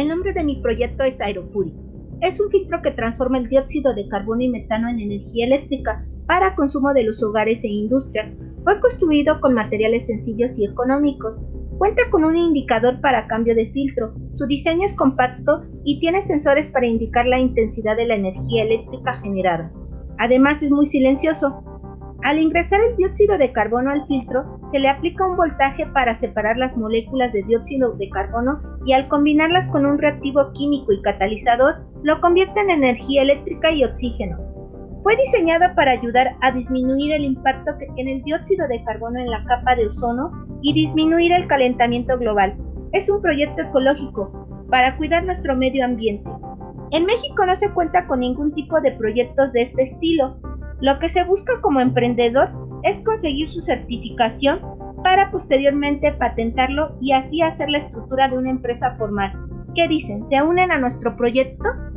El nombre de mi proyecto es Aeropuri. Es un filtro que transforma el dióxido de carbono y metano en energía eléctrica para consumo de los hogares e industrias. Fue construido con materiales sencillos y económicos. Cuenta con un indicador para cambio de filtro. Su diseño es compacto y tiene sensores para indicar la intensidad de la energía eléctrica generada. Además, es muy silencioso. Al ingresar el dióxido de carbono al filtro, se le aplica un voltaje para separar las moléculas de dióxido de carbono y al combinarlas con un reactivo químico y catalizador, lo convierte en energía eléctrica y oxígeno. Fue diseñado para ayudar a disminuir el impacto que tiene el dióxido de carbono en la capa de ozono y disminuir el calentamiento global. Es un proyecto ecológico para cuidar nuestro medio ambiente. En México no se cuenta con ningún tipo de proyectos de este estilo. Lo que se busca como emprendedor es conseguir su certificación para posteriormente patentarlo y así hacer la estructura de una empresa formal. ¿Qué dicen? ¿Se unen a nuestro proyecto?